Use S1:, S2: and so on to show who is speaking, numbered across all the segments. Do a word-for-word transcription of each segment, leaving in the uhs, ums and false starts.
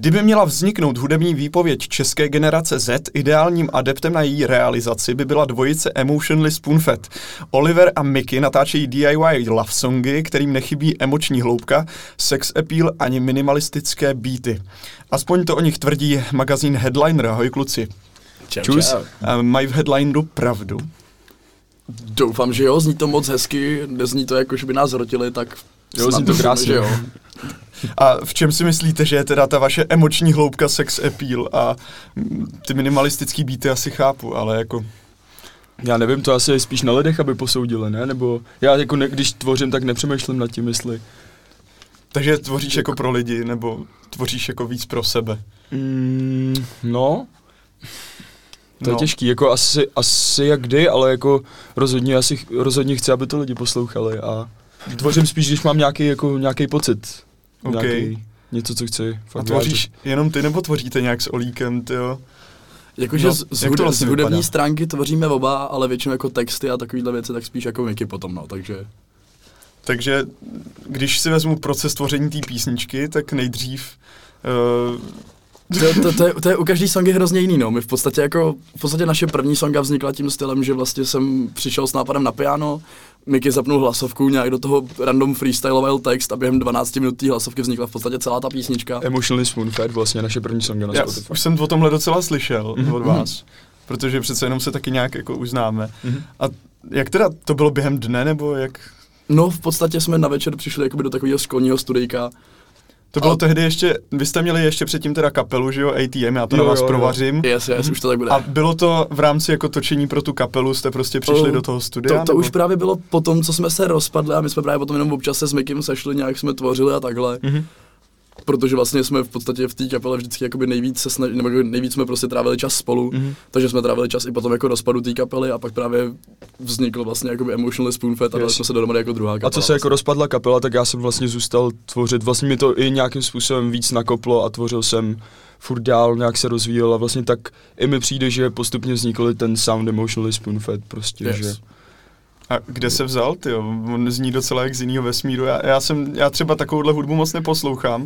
S1: Kdyby měla vzniknout hudební výpověď české generace Z, ideálním adeptem na její realizaci by byla dvojice Emotionally Spoonfed. Oliver a Mickey natáčejí D I Y love songy, kterým nechybí emoční hloubka, sex appeal ani minimalistické beaty. Aspoň to o nich tvrdí magazín Headliner. Ahoj kluci.
S2: Čau,
S1: Čus.
S2: čau.
S1: Mají v Headlineru pravdu?
S2: Doufám, že jo, zní to moc hezky, nezní to jako, že by nás hrotili, tak
S3: jo, zní to krásně,
S2: jo.
S1: A v čem si myslíte, že je teda ta vaše emoční hloubka sex appeal a ty minimalistický beaty asi chápu, ale jako...
S3: Já nevím, to asi je spíš na lidech, aby posoudili, ne? Nebo já jako ne, když tvořím, tak nepřemýšlím nad tím, jestli...
S1: Takže tvoříš jako pro lidi, nebo tvoříš jako víc pro sebe?
S3: Mm, no... To je
S1: no.
S3: těžký, jako asi, asi jak kdy, ale jako rozhodně, asi, rozhodně chci, aby to lidi poslouchali a tvořím spíš, když mám nějaký, jako, nějaký pocit.
S1: Okay.
S3: Nějaký, něco, co chci.
S1: A tvoříš jenom ty, nebo tvoříte nějak s Olíkem, tyjo?
S2: Jakože
S1: no,
S2: z, z,
S1: jak
S2: hud,
S1: vlastně
S2: z hudební
S1: vypadá?
S2: stránky tvoříme oba, ale většinou jako texty a takovýhle věci, tak spíš jako Mickey potom, no, takže...
S1: Takže když si vezmu proces tvoření té písničky, tak nejdřív... Uh,
S2: To, to, to, je, to je u každý songy hrozně jiný, no. My v podstatě jako, v podstatě naše první songa vznikla tím stylem, že vlastně jsem přišel s nápadem na piano, Mickey zapnul hlasovku, nějak do toho random freestyloval text a během dvanáct minut té hlasovky vznikla v podstatě celá ta písnička.
S3: Emotionally Spoonfed, vlastně naše první songa na Spotify.
S1: Už jsem o tomhle docela slyšel
S3: mm-hmm.
S1: od vás, protože přece jenom se taky nějak jako uznáme.
S3: Mm-hmm.
S1: A jak teda, to bylo během dne, nebo jak?
S2: No v podstatě jsme na večer přišli jakoby do takového školního studijka.
S1: To bylo
S2: a...
S1: tehdy ještě, vy jste měli ještě předtím teda kapelu, že jo, A T M, já to
S3: jo,
S1: na vás
S3: jo,
S1: provařím.
S2: Yes, yes, už to tak bude.
S1: A bylo to v rámci jako točení pro tu kapelu, jste prostě přišli
S2: to,
S1: do toho studia?
S2: To, to už právě bylo po tom, co jsme se rozpadli a my jsme právě potom jenom občas se s Mickem sešli, nějak jsme tvořili a takhle.
S1: Mm-hmm.
S2: Protože vlastně jsme v podstatě v té kapele vždycky jakoby nejvíc se snažili, nebo nejvíc jsme prostě trávili čas spolu, mm-hmm. takže jsme trávili čas i potom jako rozpadu té kapely a pak právě vznikl vlastně jakoby Emotionally Spoonfed a dali jsme se dohromady jako druhá kapela.
S3: A co se jako rozpadla kapela, tak já jsem vlastně zůstal tvořit, vlastně mi to i nějakým způsobem víc nakoplo a tvořil jsem furt dál, nějak se rozvíjel a vlastně tak i mi přijde, že postupně vznikl ten sound Emotionally Spoonfed prostě,
S2: yes.
S3: že...
S1: A kde se vzal, tyjo? On zní docela jak z jinýho vesmíru. Já, já, jsem, já třeba takovouhle hudbu moc neposlouchám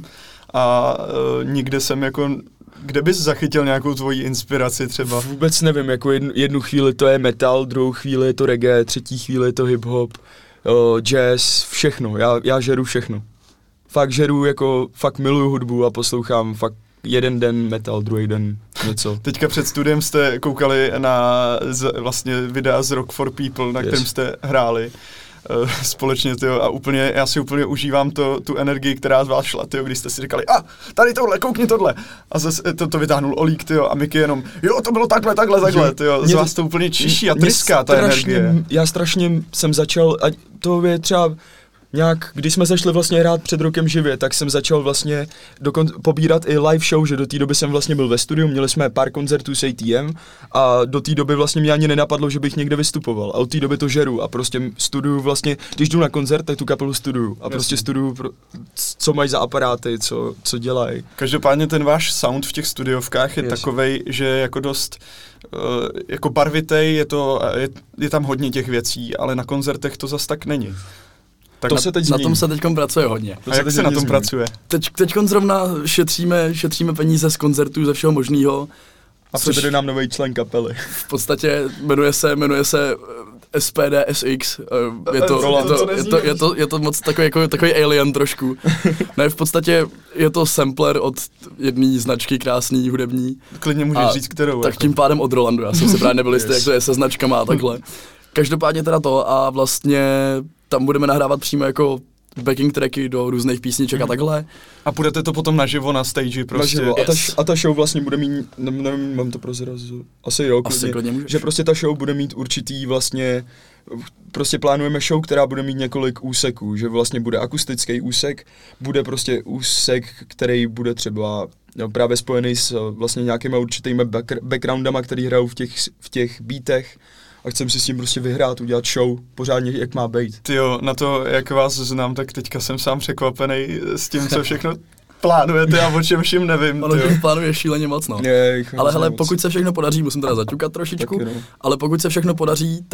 S1: a uh, nikde jsem jako... Kde bys zachytil nějakou tvoji inspiraci třeba?
S3: Vůbec nevím, jako jednu, jednu chvíli to je metal, druhou chvíli je to reggae, třetí chvíli je to hip-hop, uh, jazz, všechno, já, já žeru všechno. Fakt žeru, jako fakt miluju hudbu a poslouchám fakt jeden den metal, druhý den něco.
S1: Teďka před studiem jste koukali na z, vlastně videa z Rock for People, na yes. kterém jste hráli uh, společně, tyjo, a úplně, já si úplně užívám to, tu energii, která z vás šla, tyjo, když jste si říkali, a tady tohle, koukni tohle. A zase to, to vytáhnul Olík, tyjo, a Mickey jenom, jo, to bylo takhle, takhle, takhle, tyjo, z vás to úplně čiší a tryská ta energie.
S3: Já strašně jsem začal, a to je třeba nějak, když jsme začali vlastně hrát před rokem živě, tak jsem začal vlastně dokon- pobírat i live show, že do té doby jsem vlastně byl ve studiu, měli jsme pár koncertů s A T M a do té doby vlastně mě ani nenapadlo, že bych někde vystupoval a od té doby to žeru a prostě studiu vlastně, když jdu na koncert, tak tu kapelu studiu a Jasně. prostě studiu, pro, co mají za aparáty, co, co dělají.
S1: Každopádně ten váš sound v těch studiovkách je yes. takovej, že je jako dost uh, jako barvitej, je, to, je, je tam hodně těch věcí, ale na koncertech to zas tak není.
S3: Tak to
S2: na,
S3: se teď
S2: na tom se teďkom pracuje hodně.
S1: To a jak se na tom změní. pracuje?
S2: Teď, teďkon zrovna šetříme, šetříme peníze z koncertů, ze všeho možného.
S3: A přibude nám nový člen kapely.
S2: V podstatě jmenuje se, jmenuje se S P D S X. Je to, je to, je to, je to, je to moc takový, jako, takový alien trošku. Ne, v podstatě je to sampler od jedné značky krásný hudební.
S1: Klidně můžeš
S2: a
S1: říct, kterou.
S2: Tak
S1: jako.
S2: tím pádem od Rolandu. Já jsem si právě nebyl jistý, yes. jak to je se značkama a takhle. Každopádně teda to a vlastně tam budeme nahrávat přímo jako backing tracky do různých písniček mm. a takhle.
S1: A půjdete to potom naživo na stage prostě.
S3: Naživo. Yes. A, ta, a ta show vlastně bude mít, nevím, nevím mám to prozrazit, asi jo,
S2: asi klidně můžeš.
S3: Že prostě ta show bude mít určitý vlastně, prostě plánujeme show, která bude mít několik úseků, že vlastně bude akustický úsek, bude prostě úsek, který bude třeba no, právě spojený s vlastně nějakýma určitýma back, backgroundama, který hrajou v těch, v těch beatech. A chcem si s tím prostě vyhrát, udělat show pořádně, jak má být.
S1: Tyjo, na to, jak vás znám, tak teďka jsem sám překvapený s tím, co všechno plánujete a o čem všim nevím.
S2: Ono těch plánuje šíleně moc, no.
S3: Je,
S2: ale hele, moc. Pokud se všechno podaří, musím teda zaťukat trošičku, no. ale pokud se všechno podaří, tak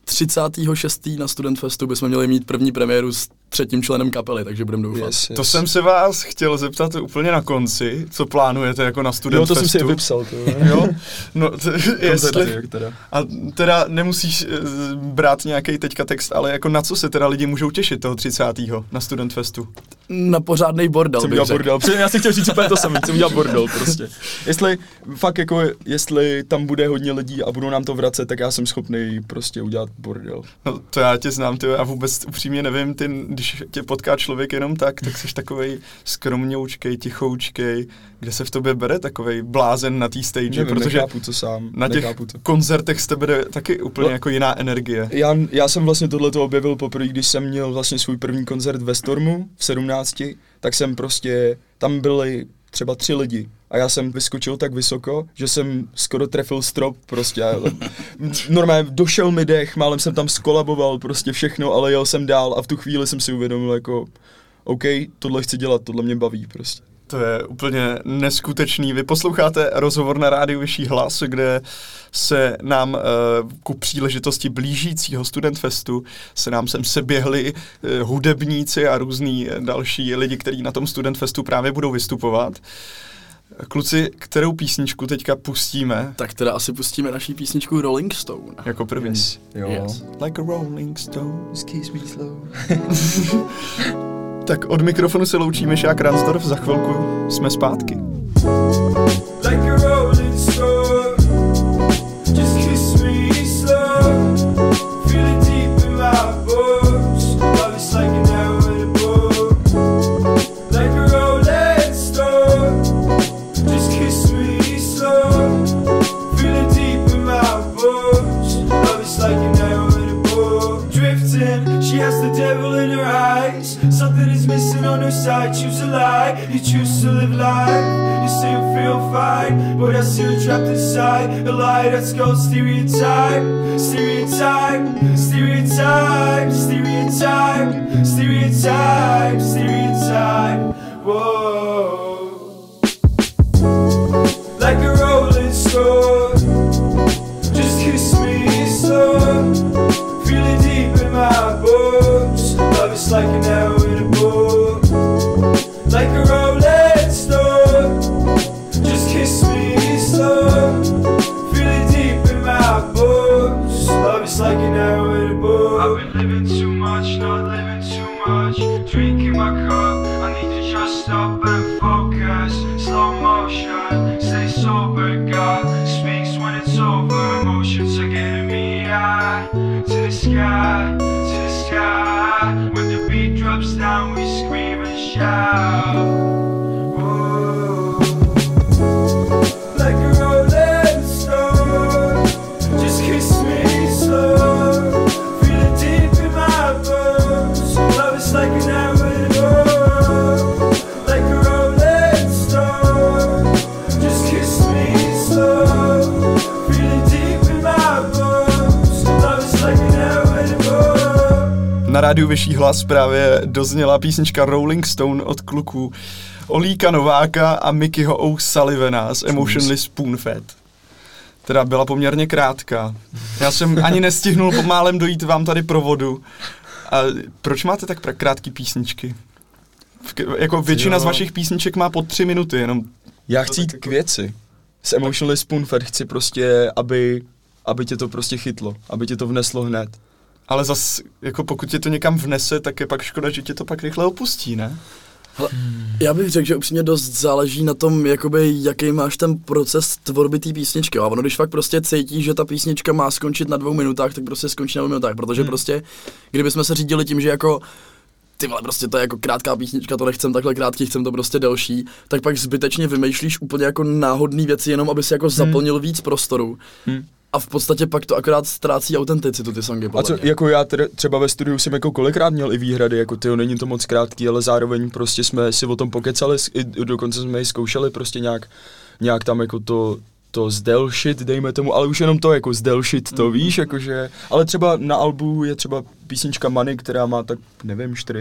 S2: třicátého šestého na Studentfestu bychom měli mít první premiéru s třetím členem kapely, takže budeme doufat.
S3: Yes, yes.
S1: To jsem se vás chtěl zeptat úplně na konci, co plánujete jako na Studentfestu.
S3: Jo, to jsem si vypsal. To,
S1: jo, no, t- jestli,
S3: teda.
S1: A teda nemusíš brát nějaký teďka text, ale jako na co se teda lidi můžou těšit toho třicátého na Studentfestu?
S2: Na pořádnej bordel,
S3: Jsem
S2: bych
S3: udělal
S2: řekl.
S3: bordel, protože já si chtěl říct úplně to samé, jsem udělal bordel prostě. Jestli fakt jako, jestli tam bude hodně lidí a budou nám to vracet, tak já jsem schopný prostě udělat bordel.
S1: No to já tě znám, ty a vůbec upřímně nevím, ty, když tě potká člověk jenom tak, tak jsi takovej skromňoučkej, tichoučkej, kde se v tobě bere takovej blázen na té stage,
S3: Nevím,
S1: protože
S3: nechápu to sám,
S1: na těch
S3: to.
S1: koncertech z tebe jde taky úplně
S3: no,
S1: jako jiná energie.
S3: Já, já jsem vlastně tohleto objevil poprvé, když jsem měl vlastně svůj první koncert ve Stormu v sedmnácti, tak jsem prostě, tam byli třeba tři lidi a já jsem vyskočil tak vysoko, že jsem skoro trefil strop prostě. Normálně došel mi dech, málem jsem tam skolaboval prostě všechno, ale jel jsem dál a v tu chvíli jsem si uvědomil jako OK, tohle chci dělat, tohle mě baví prostě.
S1: To je úplně neskutečný. Vy posloucháte rozhovor na rádiu Vyšší hlas, kde se nám uh, ku příležitosti blížícího Studentfestu se nám sem seběhli uh, hudebníci a různý další lidi, kteří na tom Studentfestu právě budou vystupovat. Kluci, kterou písničku teďka pustíme?
S2: Tak teda asi pustíme naší písničku Rolling Stone.
S1: Jako první.
S3: Yes. Jo.
S2: Yes.
S1: Like a rolling stone.
S3: Kiss me slow.
S1: Tak od mikrofonu se loučí Miša Kransdorf, za chvilku jsme zpátky.
S4: Like a rolling stone, just kiss me slow, feel it deep in my bones, love is like an arrow in a bow. Like a rolling stone, just kiss me slow, feel it deep in my bones, love is like an arrow in a bow. Drifting, she has the devil in her eyes, something is missing on her side, choose a lie, you choose to live life. You say you feel fine, but I see you trapped inside a lie that's called stereotype, stereotype, stereotype, stereotype, stereotype, stereotype. Whoa, like a rolling stone, just kiss me slow, feel it deep in my bones. Love is like an arrow in a bow, like a rolling stone. Just kiss me slow, feel it deep in my bones. Love is like an arrow in a bow. I've been living too much, not living too much. Drinking my cup, I need to just stop and focus. Slow motion, stay sober. God speaks when it's over. Emotions are getting me high to the sky, to the sky. When the beat drops down, we scream and shout. Like a rolling stone, just kiss me slow, feel it deep in my bones. Love is like an arrow in a bow. Like a rolling stone, just kiss me slow, feel it deep in my bones. Love is like an arrow in a bow.
S1: Na rádiu Vyšší hlas právě dozněla písnička Rolling Stone od kluků Olíka Nováka a Mickeyho O'Sullivana z Emotionless Spoonfed. Teda byla poměrně krátká. Já jsem ani nestihnul pomálem dojít vám tady pro vodu. A proč máte tak krátký písničky? V, jako většina
S3: jo.
S1: z vašich písniček má po tři minuty, jenom...
S3: Já chci jít k věci. S Emotionless Spoonfed chci prostě, aby, aby tě to prostě chytlo, aby tě to vneslo hned.
S1: Ale zas, jako pokud tě to někam vnese, tak je pak škoda, že tě to pak rychle opustí, ne?
S2: Hele, já bych řekl, že upřímně dost záleží na tom, jakoby, jaký máš ten proces tvorby té písničky. A ono, když fakt prostě cítíš, že ta písnička má skončit na dvou minutách, tak prostě skončí na dvou minutách, protože hmm. prostě, kdybychom se řídili tím, že jako ty vole, prostě to je jako krátká písnička, to nechcem takhle krátký, chcem to prostě delší, tak pak zbytečně vymýšlíš úplně jako náhodné věci, jenom aby si jako hmm. zaplnil víc prostoru. Hmm. A v podstatě pak to akorát ztrácí autenticitu ty songy.
S3: A co, jako já tr- třeba ve studiu jsem jako kolikrát měl i výhrady, jako tyjo, není to moc krátký, ale zároveň prostě jsme si o tom pokecali, i dokonce jsme ji zkoušeli prostě nějak, nějak tam jako to, to zdelšit, dejme tomu, ale už jenom to jako zdelšit to, mm. víš, jakože, ale třeba na albu je třeba písnička Money, která má tak, nevím, čtyři,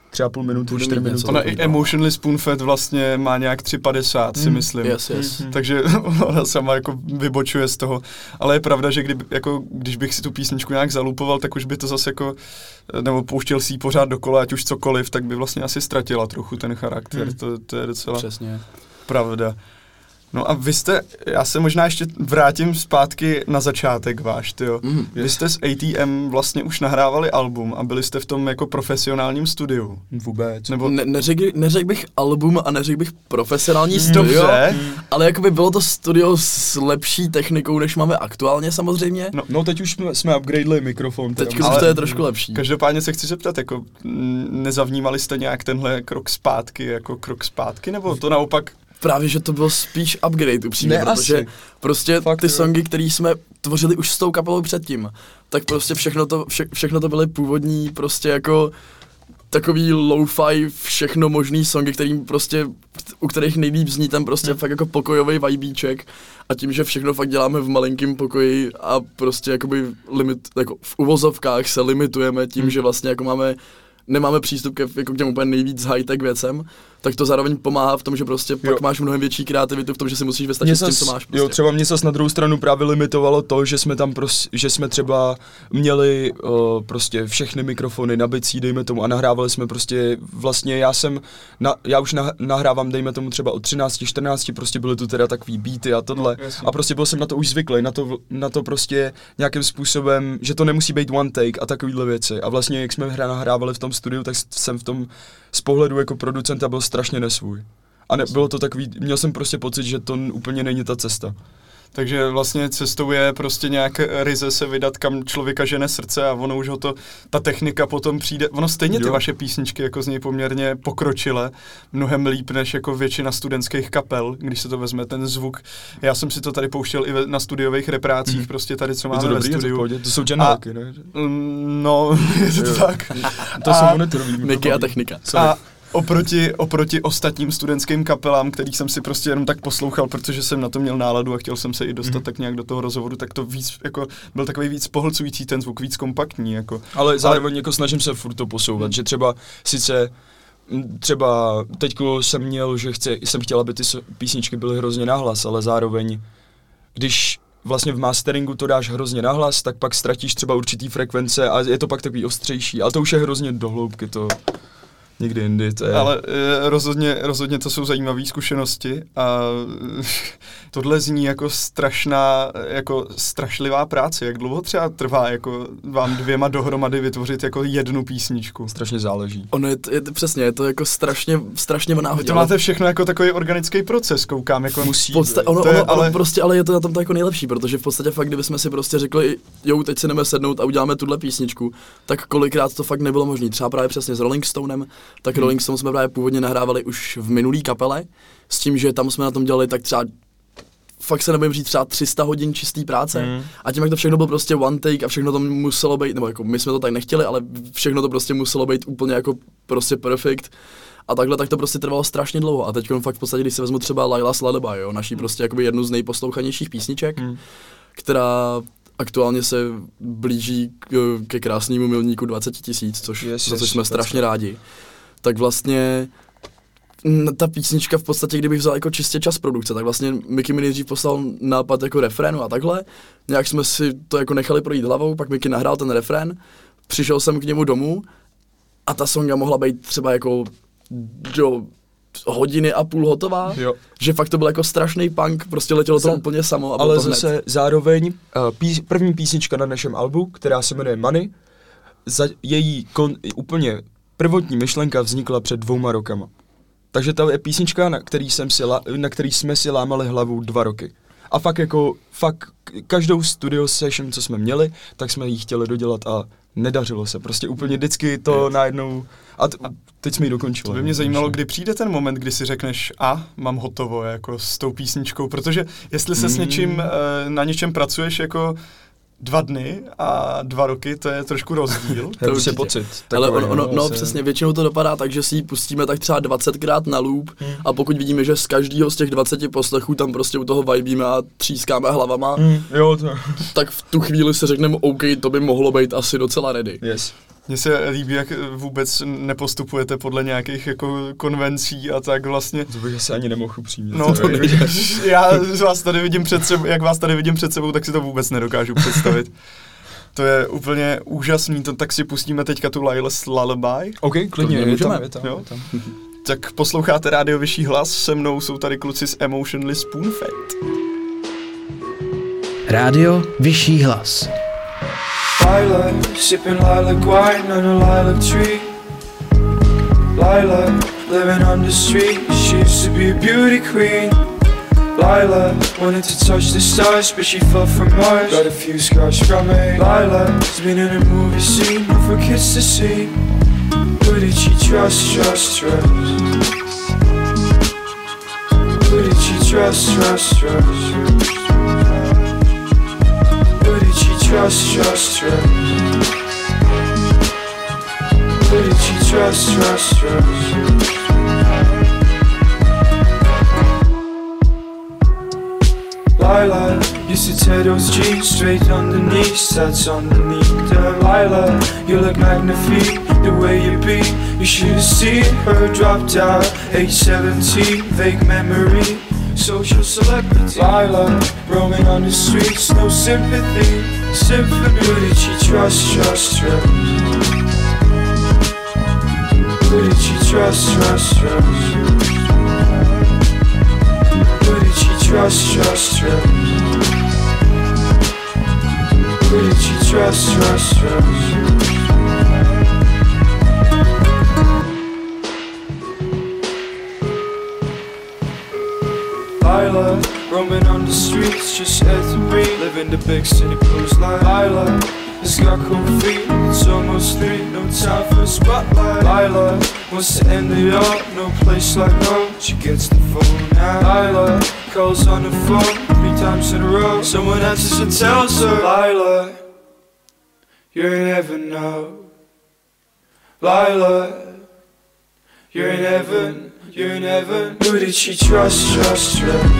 S3: třeba půl minuty,
S2: Bude
S3: čtyři
S2: mít
S3: minuty.
S2: něco.
S1: Ona i Emotionally Spoon-Fed vlastně má nějak tři padesát, si
S3: Mm.
S1: myslím.
S2: Yes, yes.
S3: Mhm.
S1: Takže ona sama jako vybočuje z toho. Ale je pravda, že kdyby, jako, když bych si tu písničku nějak zalupoval, tak už by to zase jako, nebo pouštěl si ji pořád dokola, ať už cokoliv, tak by vlastně asi ztratila trochu ten charakter.
S3: Mm.
S1: To, to je docela
S2: Přesně.
S1: pravda. No a vy jste, já se možná ještě vrátím zpátky na začátek váš, tyjo.
S2: Mm.
S1: Vy jste s A T M vlastně už nahrávali album a byli jste v tom jako profesionálním studiu.
S3: Vůbec.
S1: Nebo
S2: Ne, neřekl, neřekl bych album a neřekl bych profesionální studio,
S1: dobře,
S2: ale jakoby bylo to studio s lepší technikou, než máme aktuálně samozřejmě.
S1: No,
S3: No teď už jsme, jsme upgradeli mikrofon. teda.
S2: Teď už
S1: ale-
S2: to je trošku lepší.
S1: každopádně se chci zeptat, jako m, nezavnímali jste nějak tenhle krok zpátky, jako krok zpátky, nebo to naopak?
S2: Právě, že to byl spíš upgrade upřímně,
S3: Ne,
S2: protože
S3: asi.
S2: prostě
S3: Fakt,
S2: ty
S3: jo.
S2: songy, které jsme tvořili už s tou kapelou předtím, tak prostě všechno to, vše, všechno to byly původní prostě jako takový lo-fi, všechno možný songy, kterým prostě, u kterých nejlíp zní ten prostě fakt jako pokojový vibíček a tím, že všechno fakt děláme v malinkém pokoji a prostě jakoby limit, jako v uvozovkách se limitujeme tím,
S3: Hmm.
S2: že vlastně jako máme nemáme přístup ke, jako k těm úplně nejvíc high-tech věcem, tak to zároveň pomáhá v tom, že prostě pak
S3: Jo.
S2: máš mnohem větší kreativitu v tom, že si musíš vystačit
S3: Mě
S2: s tím,
S3: zas-
S2: co máš. Prostě.
S3: Jo, třeba mě zas na druhou stranu právě limitovalo to, že jsme tam pros, že jsme třeba měli uh, prostě všechny mikrofony na bicí, dejme tomu, a nahrávali jsme prostě, vlastně já jsem, na, já už nah, nahrávám, dejme tomu třeba od třinácti, čtrnácti, prostě byly tu teda takový beaty a tohle,
S1: No, jasně.
S3: a prostě byl jsem na to už zvyklý, na to, na to prostě nějakým způsobem, že to nemusí být one take a takovýhle věci, a vlastně jak jsme hra nahrávali v tom studiu, tak jsem v tom z pohledu jako producenta byl strašně nesvůj. A ne, bylo to takový, měl jsem prostě pocit, že to n- úplně není ta cesta.
S1: Takže vlastně cestou je prostě nějak ryze se vydat, kam člověka žene srdce a ono už ho to, ta technika potom přijde, ono stejně ty
S3: Jo.
S1: vaše písničky jako z něj poměrně pokročile, mnohem líp než jako většina studentských kapel, když se to vezme ten zvuk. Já jsem si to tady pouštěl i ve, na studiových reprácích,
S3: Mhm.
S1: prostě tady, co
S3: Je to
S1: máme ve
S3: dobrý, je to v
S1: studiu.
S3: pohodě? To jsou channelky, ne?
S1: Mm, No, je to
S3: Jo.
S1: tak.
S3: To
S1: A-
S3: jsou monitorový.
S2: Niky a technika.
S1: A oproti, oproti ostatním studentským kapelám, kterých jsem si prostě jenom tak poslouchal, protože jsem na to měl náladu a chtěl jsem se i dostat
S3: Mhm.
S1: tak nějak do toho rozhovoru, tak to víc, jako, byl takový víc pohlcující ten zvuk, víc kompaktní, jako.
S3: Ale zároveň jako snažím se furt to posouvat, že třeba sice m, třeba teďko jsem měl, že chce, jsem chtěl, aby ty so- písničky byly hrozně nahlas, ale zároveň, když vlastně v masteringu to dáš hrozně nahlas, tak pak ztratíš třeba určitý frekvence a je to pak takový ostřejší, ale to už je hrozně do hloubky, to někdy jindy, to je...
S1: Ale e, rozhodně, rozhodně to jsou zajímavé zkušenosti a tohle zní jako strašná, jako strašlivá práce. Jak dlouho třeba trvá jako vám dvěma dohromady vytvořit jako jednu písničku?
S3: strašně záleží.
S2: Ono je, to, je to přesně, je to jako strašně, strašně
S1: Vy
S2: náhodě.
S1: to máte všechno jako takový organický proces, koukám. Jako
S3: Musí.
S2: Podsta- ono,
S1: To je
S2: ono,
S1: ale-
S2: ono prostě, ale je to na tom to jako nejlepší, protože v podstatě fakt, kdybychom si prostě řekli, jo, teď si jdeme sednout a uděláme tuhle písničku, tak kolikrát to fakt nebylo možné. Třeba právě přesně s Rolling Stonem, tak hmm. Rolling Stone jsme právě původně nahrávali už v minulý kapele, s tím, že tam jsme na tom dělali tak třeba fakt se nebudem říct třeba tři sta hodin čistý práce
S3: Hmm.
S2: a tím, jak to všechno bylo prostě one take a všechno to muselo být, nebo jako my jsme to tak nechtěli, ale všechno to prostě muselo být úplně jako prostě perfect. A takhle tak to prostě trvalo strašně dlouho. A teď fakt v podstatě, když se vezmu třeba Laila's Lullaby, jo, naší prostě jakoby jednu z nejposlouchanějších písniček,
S3: Hmm.
S2: která aktuálně se blíží k, ke krásnému milníku dvacet tisíc, což,
S3: Yes,
S2: za což
S3: yes,
S2: jsme
S3: that's
S2: strašně rádi. Tak vlastně n- ta písnička v podstatě, kdybych vzal jako čistě čas produkce, tak vlastně Mickey mi nejdřív poslal nápad jako refrénu a takhle. Nějak jsme si to jako nechali projít hlavou, pak Mickey nahrál ten refrén, přišel jsem k němu domů a ta songa mohla být třeba jako do hodiny a půl hotová,
S3: Jo.
S2: že fakt to byl jako strašný punk, prostě letělo to
S3: Za-
S2: úplně samo a bylo
S3: Ale
S2: to hned.
S3: zase zároveň uh, pís, první písnička na našem albu, která se jmenuje Money, za její kon, úplně prvotní myšlenka vznikla před dvouma rokama. Takže ta je písnička, na který, jsem si la, na který jsme si lámali hlavu dva roky. A fakt jako, fakt každou studio session, co jsme měli, tak jsme ji chtěli dodělat a nedařilo se. Prostě úplně vždycky to najednou... A, t- a teď jsme ji dokončili.
S1: To by mě zajímalo, kdy přijde ten moment, kdy si řekneš a mám hotovo jako s tou písničkou, protože jestli se s
S3: Mm.
S1: něčím, eh, na něčem pracuješ jako dva dny a dva roky, to je trošku rozdíl.
S3: To je
S2: To
S3: prostě
S2: určitě.
S3: pocit.
S2: Ale
S3: takový,
S2: ono, ono, no
S3: se-
S2: přesně, většinou to dopadá tak, že si ji pustíme tak třeba dvacetkrát na loop
S3: Hmm.
S2: a pokud vidíme, že z každého z těch dvaceti poslechů tam prostě u toho vibíme a třískáme hlavama,
S3: Mm, jo, to...
S2: tak v tu chvíli si řekneme OK, to by mohlo být asi docela ready.
S3: Yes.
S1: Mně se líbí, jak vůbec nepostupujete podle nějakých jako konvencí a tak vlastně.
S3: To bych asi ani nemohl upřímně.
S1: No, to já vás tady vidím před sebou, jak vás tady vidím před sebou, tak si to vůbec nedokážu představit. To je úplně úžasný, to, tak si pustíme teďka tu Lila's Lullaby.
S3: OK, klidně, je
S2: můžeme.
S3: tam, je tam,
S1: Jo?
S3: je tam.
S1: Tak posloucháte Rádio Vyšší hlas, se mnou jsou tady kluci z Emotionally Spoonfed.
S5: Rádio Vyšší hlas.
S4: Lilac, sipping lilac wine on a lilac tree. Lilac, living on the street, she used to be a beauty queen. Lilac, wanted to touch the stars, but she fell from Mars. Got a few scars from it. Lilac's been in a movie scene for kids to see. Who did she trust, trust, trust? Who did she trust, trust, trust? Who did she trust, trust, trust? Who did she trust, trust, trust? Lilac used to tear those jeans straight underneath, that's underneath them. Lilac, you look magnifique, the way you be. You should have seen her dropped out, age seventeen, vague memory, social celebrity. Lilac, roaming on the streets, no sympathy, symphony. Who did she trust, trust, trust? Who did she trust, trust, trust? Who did she trust, trust, trust? Who did she trust, trust, trust? Lilac, roaming on the streets, just at the beat, living the big city blues like Lilac. It's got cold feet, it's almost three, no time for a spotlight. Lilac wants to end it all, no place like home. She gets the phone now. Lilac calls on the phone three times in a row. Someone answers and tells her, Lilac, you're in heaven now. Lilac, you're in heaven, you're in heaven. Who did she trust, trust, trust?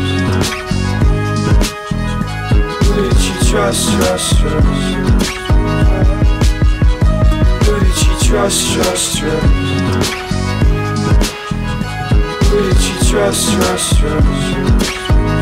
S4: Who did she trust, trust, trust? Who did she trust, trust, trust? Who did she trust, trust, trust?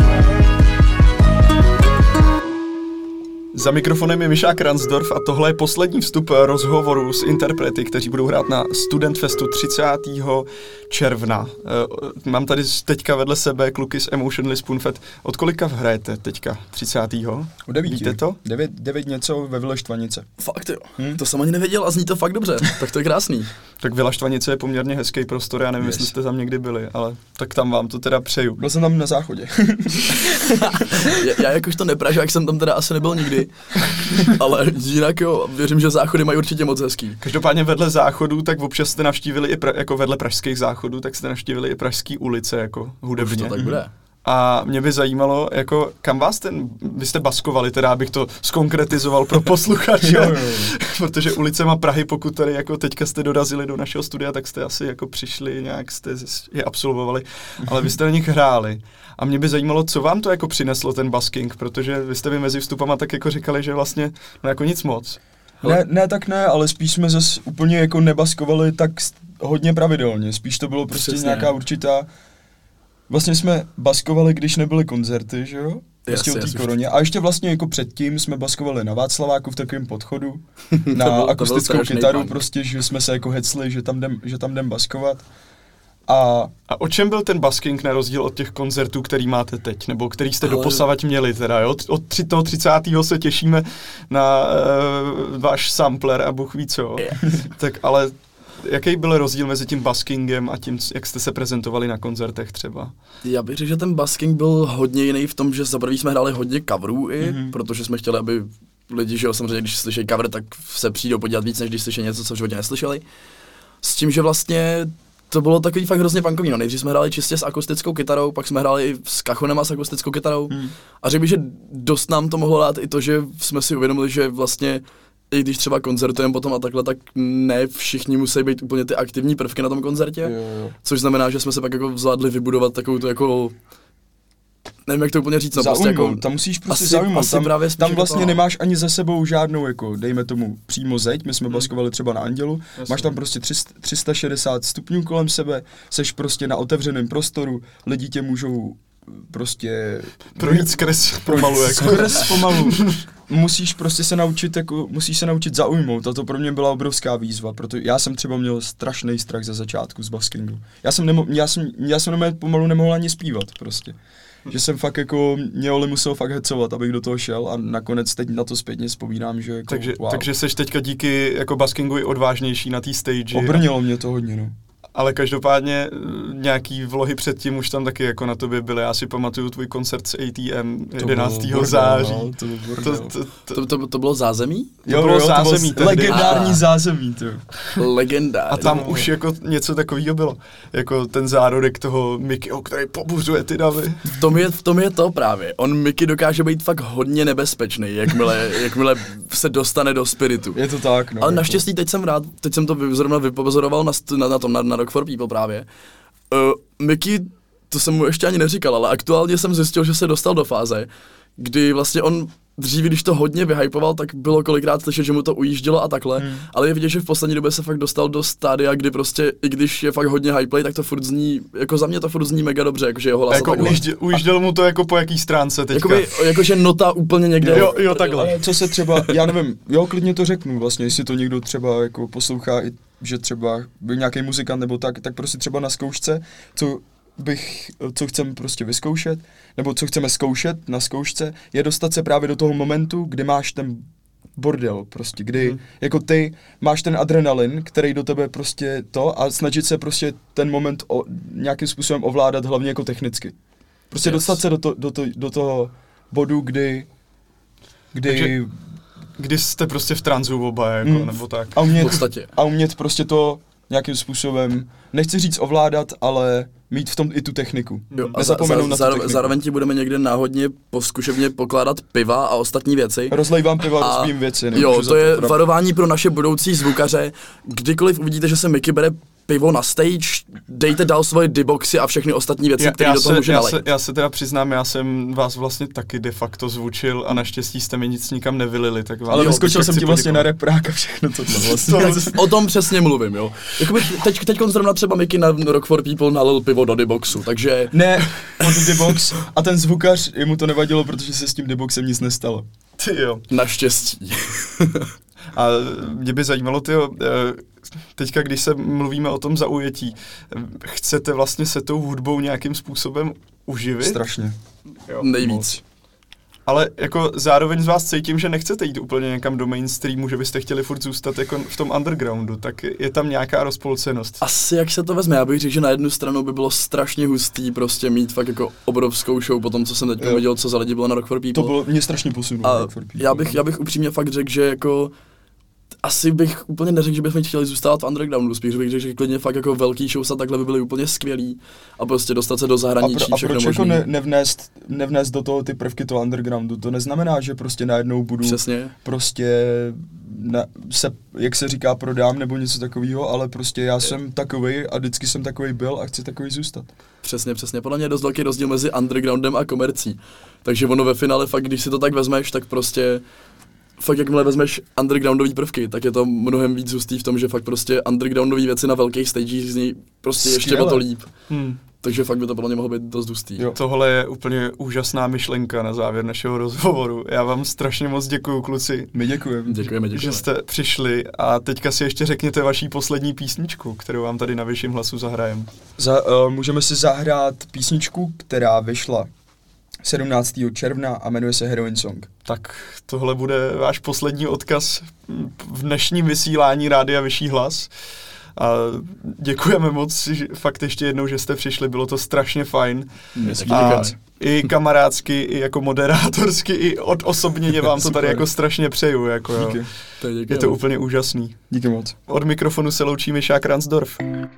S1: Za mikrofonem je Mišák Ransdorf a tohle je poslední vstup rozhovoru s interprety, kteří budou hrát na Studentfestu třicátého června. Mám tady teďka vedle sebe kluky z Emotionally Spoonfed. Od kolika hrajete teďka třicátého?
S3: U devíti.
S1: Víte to?
S3: Devět, devět něco ve Vile Štvanice.
S2: Fakt jo,
S3: Hmm?
S2: to jsem ani nevěděl a zní to fakt dobře, tak to je krásný.
S1: Tak Vila Štvanice je poměrně hezký prostor, já nevím,
S3: Yes.
S1: jestli jste tam někdy byli, ale tak tam vám to teda přeju.
S3: Byl jsem tam na záchodě.
S2: já, já jakožto nepražák jsem tam teda asi nebyl nikdy, ale jinak jo, věřím, že záchody mají určitě moc hezký.
S1: Každopádně vedle záchodů, tak občas jste navštívili i pra, jako vedle pražských záchodů, tak jste navštívili i pražský ulice jako hudebně.
S2: Už to tak bude.
S1: A mě by zajímalo, jako kam vás ten, vy jste baskovali, teda abych to zkonkretizoval pro posluchače,
S3: Jo, jo, jo.
S1: protože ulicema Prahy, pokud tady jako teďka jste dorazili do našeho studia, tak jste asi jako přišli, nějak jste je absolvovali, ale vy jste na nich hráli. A mě by zajímalo, co vám to jako přineslo ten basking, protože vy jste mi mezi vstupama tak jako říkali, že vlastně no jako nic moc.
S3: Ne, ne, tak ne, ale spíš jsme zase úplně jako nebaskovali tak s- hodně pravidelně. Spíš to bylo prostě
S2: Přesně.
S3: nějaká určitá... Vlastně jsme baskovali, když nebyly koncerty, že jo? Prostě
S2: Jasně,
S3: o té
S2: jasně.
S3: koroně. A ještě vlastně jako předtím jsme baskovali na Václaváku v takovém podchodu.
S2: To
S3: Na
S2: byl- to byl
S3: akustickou
S2: strašný
S3: kytaru
S2: punk.
S3: prostě, že jsme se jako hecli, že tam jdem, že tam jdem baskovat. A
S1: A o čem byl ten basking na rozdíl od těch koncertů, který máte teď, nebo který jste
S2: Ale-
S1: doposavať měli teda, jo? Od tři- toho třicátého se těšíme na uh, váš sampler a Bůh ví co. Tak ale jaký byl rozdíl mezi tím baskingem a tím, jak jste se prezentovali na koncertech třeba?
S2: Já bych řekl, že ten basking byl hodně jiný v tom, že za prvý jsme hráli hodně coverů i, mm-hmm. protože jsme chtěli, aby lidi, že jo, samozřejmě, když slyší cover, tak se přijdou podívat víc, než když slyší něco, co v životě neslyšeli. S tím, že vlastně to bylo takový fakt hrozně punkový, no. Nejdřív jsme hráli čistě s akustickou kytarou, pak jsme hráli i s kachonem a s akustickou kytarou. Hmm. A řekl bych, že dost nám to mohlo dát i to, že jsme si uvědomili, že vlastně i když třeba koncertujeme potom a takhle, tak ne všichni musí být úplně ty aktivní prvky na tom koncertě.
S3: jo, jo.
S2: Což znamená, že jsme se pak jako zvládli vybudovat takovou tu jako nevím, jak to úplně říct, no,
S3: zaujmout,
S2: prostě jako,
S3: tam musíš prostě
S2: asi,
S3: zaujmout,
S2: asi
S3: tam,
S2: právě
S3: tam vlastně
S2: to,
S3: nemáš ani za sebou žádnou, jako dejme tomu přímo zeď, my jsme hmm. baskovali třeba na Andělu,
S1: Jasně.
S3: máš tam prostě tři sta šedesát stupňů kolem sebe, seš prostě na otevřeném prostoru, lidi tě můžou prostě
S1: projít skrz pomalu, jako.
S3: skrz pomalu. Musíš prostě se naučit, jako, musíš se naučit zaujmout a to pro mě byla obrovská výzva, protože já jsem třeba měl strašný strach ze začátku z baskingu. Já jsem, nemo, já jsem, já jsem nemo, pomalu nemohl ani zpívat prostě. Že jsem fakt jako, mě Oli musel fakt hecovat, abych do toho šel a nakonec teď na to zpětně vzpomínám, že jako
S1: takže,
S3: wow.
S1: takže seš teďka díky jako baskingu i odvážnější na té stage.
S3: Obrnilo mě to hodně, no.
S1: Ale každopádně nějaký vlohy předtím už tam taky jako na tobě byly. Já si pamatuju tvůj koncert s A T M jedenáctého září.
S3: No, to, bylo
S1: to, to, to,
S2: to, to, to bylo zázemí?
S1: To jo, bylo
S3: jo,
S1: zázemí.
S3: To bylo legendární
S2: A.
S3: zázemí, to.
S2: Legendární.
S1: A tam
S3: no.
S1: už jako něco takového bylo. Jako ten zárodek toho Mickeyho, který pobuřuje ty davy.
S2: V tom, je, v tom je to právě. On Mickey dokáže být fakt hodně nebezpečný, jakmile, jakmile se dostane do spiritu.
S3: Je to tak, no.
S2: Ale
S3: jako.
S2: naštěstí teď jsem rád, teď jsem to vy- zrovna vypozoroval na, st- na, na tom, na, na Rock for People právě. Uh, Mickey, to jsem mu ještě ani neříkal, ale aktuálně jsem zjistil, že se dostal do fáze, kdy vlastně on dřív, když to hodně vyhypoval, tak bylo kolikrát slyšet, že mu to ujíždělo a takhle, hmm. ale je vidět, že v poslední době se fakt dostal do stádia, kdy prostě, i když je fakt hodně hyplay, tak to furt zní, jako za mě to furt zní mega dobře, jakože jeho hlas
S1: Jako ujížděl, ujížděl mu to jako po jaký stránce teďka.
S2: Jakoby, jakože nota úplně někde.
S1: Jo, jo, takhle.
S3: Ale co se třeba, já nevím, jo, klidně to řeknu vlastně, jestli to někdo třeba jako poslouchá, i, že třeba byl nějaký muzikant nebo tak, tak prostě třeba na zkoušce, co bych, co chceme prostě vyzkoušet, nebo co chceme zkoušet na zkoušce, je dostat se právě do toho momentu, kdy máš ten bordel prostě, kdy hmm. jako ty máš ten adrenalin, který do tebe prostě to a snažit se prostě ten moment o, nějakým způsobem ovládat, hlavně jako technicky. Prostě yes. dostat se do, to, do, to, do toho bodu, kdy kdy
S1: Takže, kdy jste prostě v tranzu oba, jako, mm, nebo tak.
S3: A umět,
S2: v podstatě.
S3: a umět prostě to nějakým způsobem, nechci říct ovládat, ale mít v tom i tu techniku.
S2: Jo, a
S3: nezapomenout
S2: za,
S3: na tu
S2: zároveň,
S3: techniku.
S2: zároveň ti budeme někde náhodně po zkušebně pokládat piva a ostatní věci.
S3: Rozlejvám piva,
S2: A
S3: rozbím věci.
S2: Jo, to je
S3: to
S2: varování pro naše budoucí zvukaře. Kdykoliv uvidíte, že se Mickey bere pivo na stage, dejte dál svoje diboxy a všechny ostatní věci, které do toho může
S1: já,
S2: nalejt.
S1: se, já se teda přiznám, já jsem vás vlastně taky de facto zvučil a naštěstí jste mi nic nikam nevylili, tak vám
S3: Ale
S1: jo,
S3: vyskočil jsem
S1: chci
S3: ti vlastně na
S1: poděkovat.
S3: reprák a všechno tohle vlastně.
S2: O tom přesně mluvím, jo. Jakoby teď, teď zrovna třeba Mickey na Rock for People nalil pivo do diboxu, takže...
S3: Ne, od Dibox a ten zvukař, jemu to nevadilo, protože se s tím Diboxem nic nestalo.
S1: Ty jo.
S2: Naštěstí.
S1: A mě by zajímalo, tyjo, teďka, když se mluvíme o tom zaujetí, chcete vlastně se tou hudbou nějakým způsobem uživit?
S3: Strašně.
S1: Jo.
S2: Nejvíc.
S3: Moc.
S1: Ale jako zároveň z vás cítím, že nechcete jít úplně někam do mainstreamu, že byste chtěli furt zůstat jako v tom undergroundu, tak je tam nějaká rozpolcenost.
S2: Asi jak se to vezme, já bych řekl, že na jednu stranu by bylo strašně hustý prostě mít fakt jako obrovskou show po tom, co jsem teď viděl, co za lidi bylo na Rock for People.
S3: To bylo, mě strašně posunulo.
S2: A já bych, já bych upřímně fakt řekl, že jako asi bych úplně neřekl, že bychom chtěli zůstat v undergroundu, spíš bych řekl, že klidně fakt jako velký shows a takhle by byly úplně skvělý a prostě dostat se do zahraničí,
S3: a, pro, a
S2: všechno
S3: proč
S2: možný.
S3: jako ne, nevnést, nevnést do toho ty prvky toho undergroundu? To neznamená, že prostě najednou budu
S2: Přesně.
S3: prostě na, se, jak se říká, prodám nebo něco takového, ale prostě já jsem takovej a vždycky jsem takovej byl a chci takový zůstat.
S2: Přesně, přesně. Podle mě je dost velký rozdíl mezi undergroundem a komercí. Takže ono ve finále fakt, když si to tak vezmeš, tak prostě fakt jakmile vezmeš undergroundový prvky, tak je to mnohem víc hustý v tom, že fakt prostě undergroundový věci na velkých stagech zní prostě ještě
S3: Skvěle.
S2: o to líp.
S1: Hmm.
S2: Takže fakt by to podle mě mohlo být dost hustý.
S3: Jo.
S1: Tohle je úplně úžasná myšlenka na závěr našeho rozhovoru. Já vám strašně moc děkuju, kluci,
S3: My děkujeme.
S2: Děkujeme,
S1: že
S2: děkujeme.
S1: jste přišli a teďka si ještě řekněte vaší poslední písničku, kterou vám tady na Vyšším hlasu zahrajem.
S3: Za, uh, můžeme si zahrát písničku, která vyšla sedmnáctého června a jmenuje se Heroin Song.
S1: Tak tohle bude váš poslední odkaz v dnešním vysílání Rádia Vyšší hlas. A děkujeme moc, že fakt ještě jednou, že jste přišli, bylo to strašně fajn. A i kamarádsky, i jako moderátorsky, i od osobně vám to tady jako strašně přeju. Jako, jo.
S3: Díky.
S1: Je to úplně úžasný.
S3: Díky moc.
S1: Od mikrofonu se loučí Mišák Ransdorf.
S4: Bright eyes.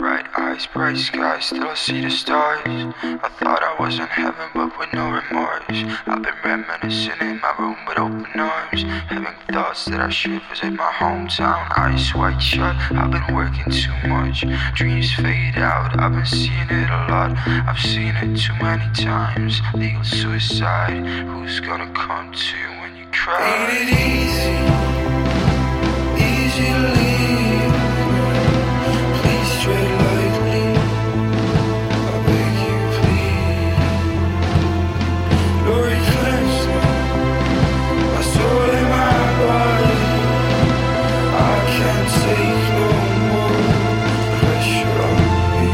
S6: skies, bright skies, still I see the stars. I thought I was in heaven, but with no remorse. I've been reminiscing in my room with open arms, having thoughts that I should visit my hometown. Eyes wide shut, I've been working too much. Dreams fade out, I've been seeing it a lot. I've seen it too many times. Legal suicide, who's gonna come to you when you cry? Ain't it easy, easy to leave? Please tread lightly, I beg you please. Lord, cleanse my soul and my body. I can't take no more pressure on me.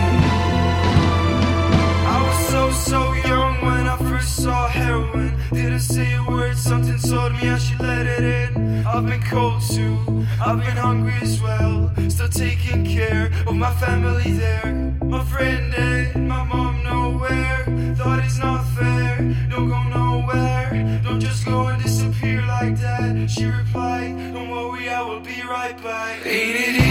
S6: I was so, so young when I first saw heroin. Didn't say a word, something told me I should let it in. I've been cold too, I've been hungry as well. Still taking care of my family there. My friend dead, my mom nowhere. Thought it's not fair, don't go nowhere. Don't just go and disappear like that. She replied, don't worry, I will be right back. Ain't it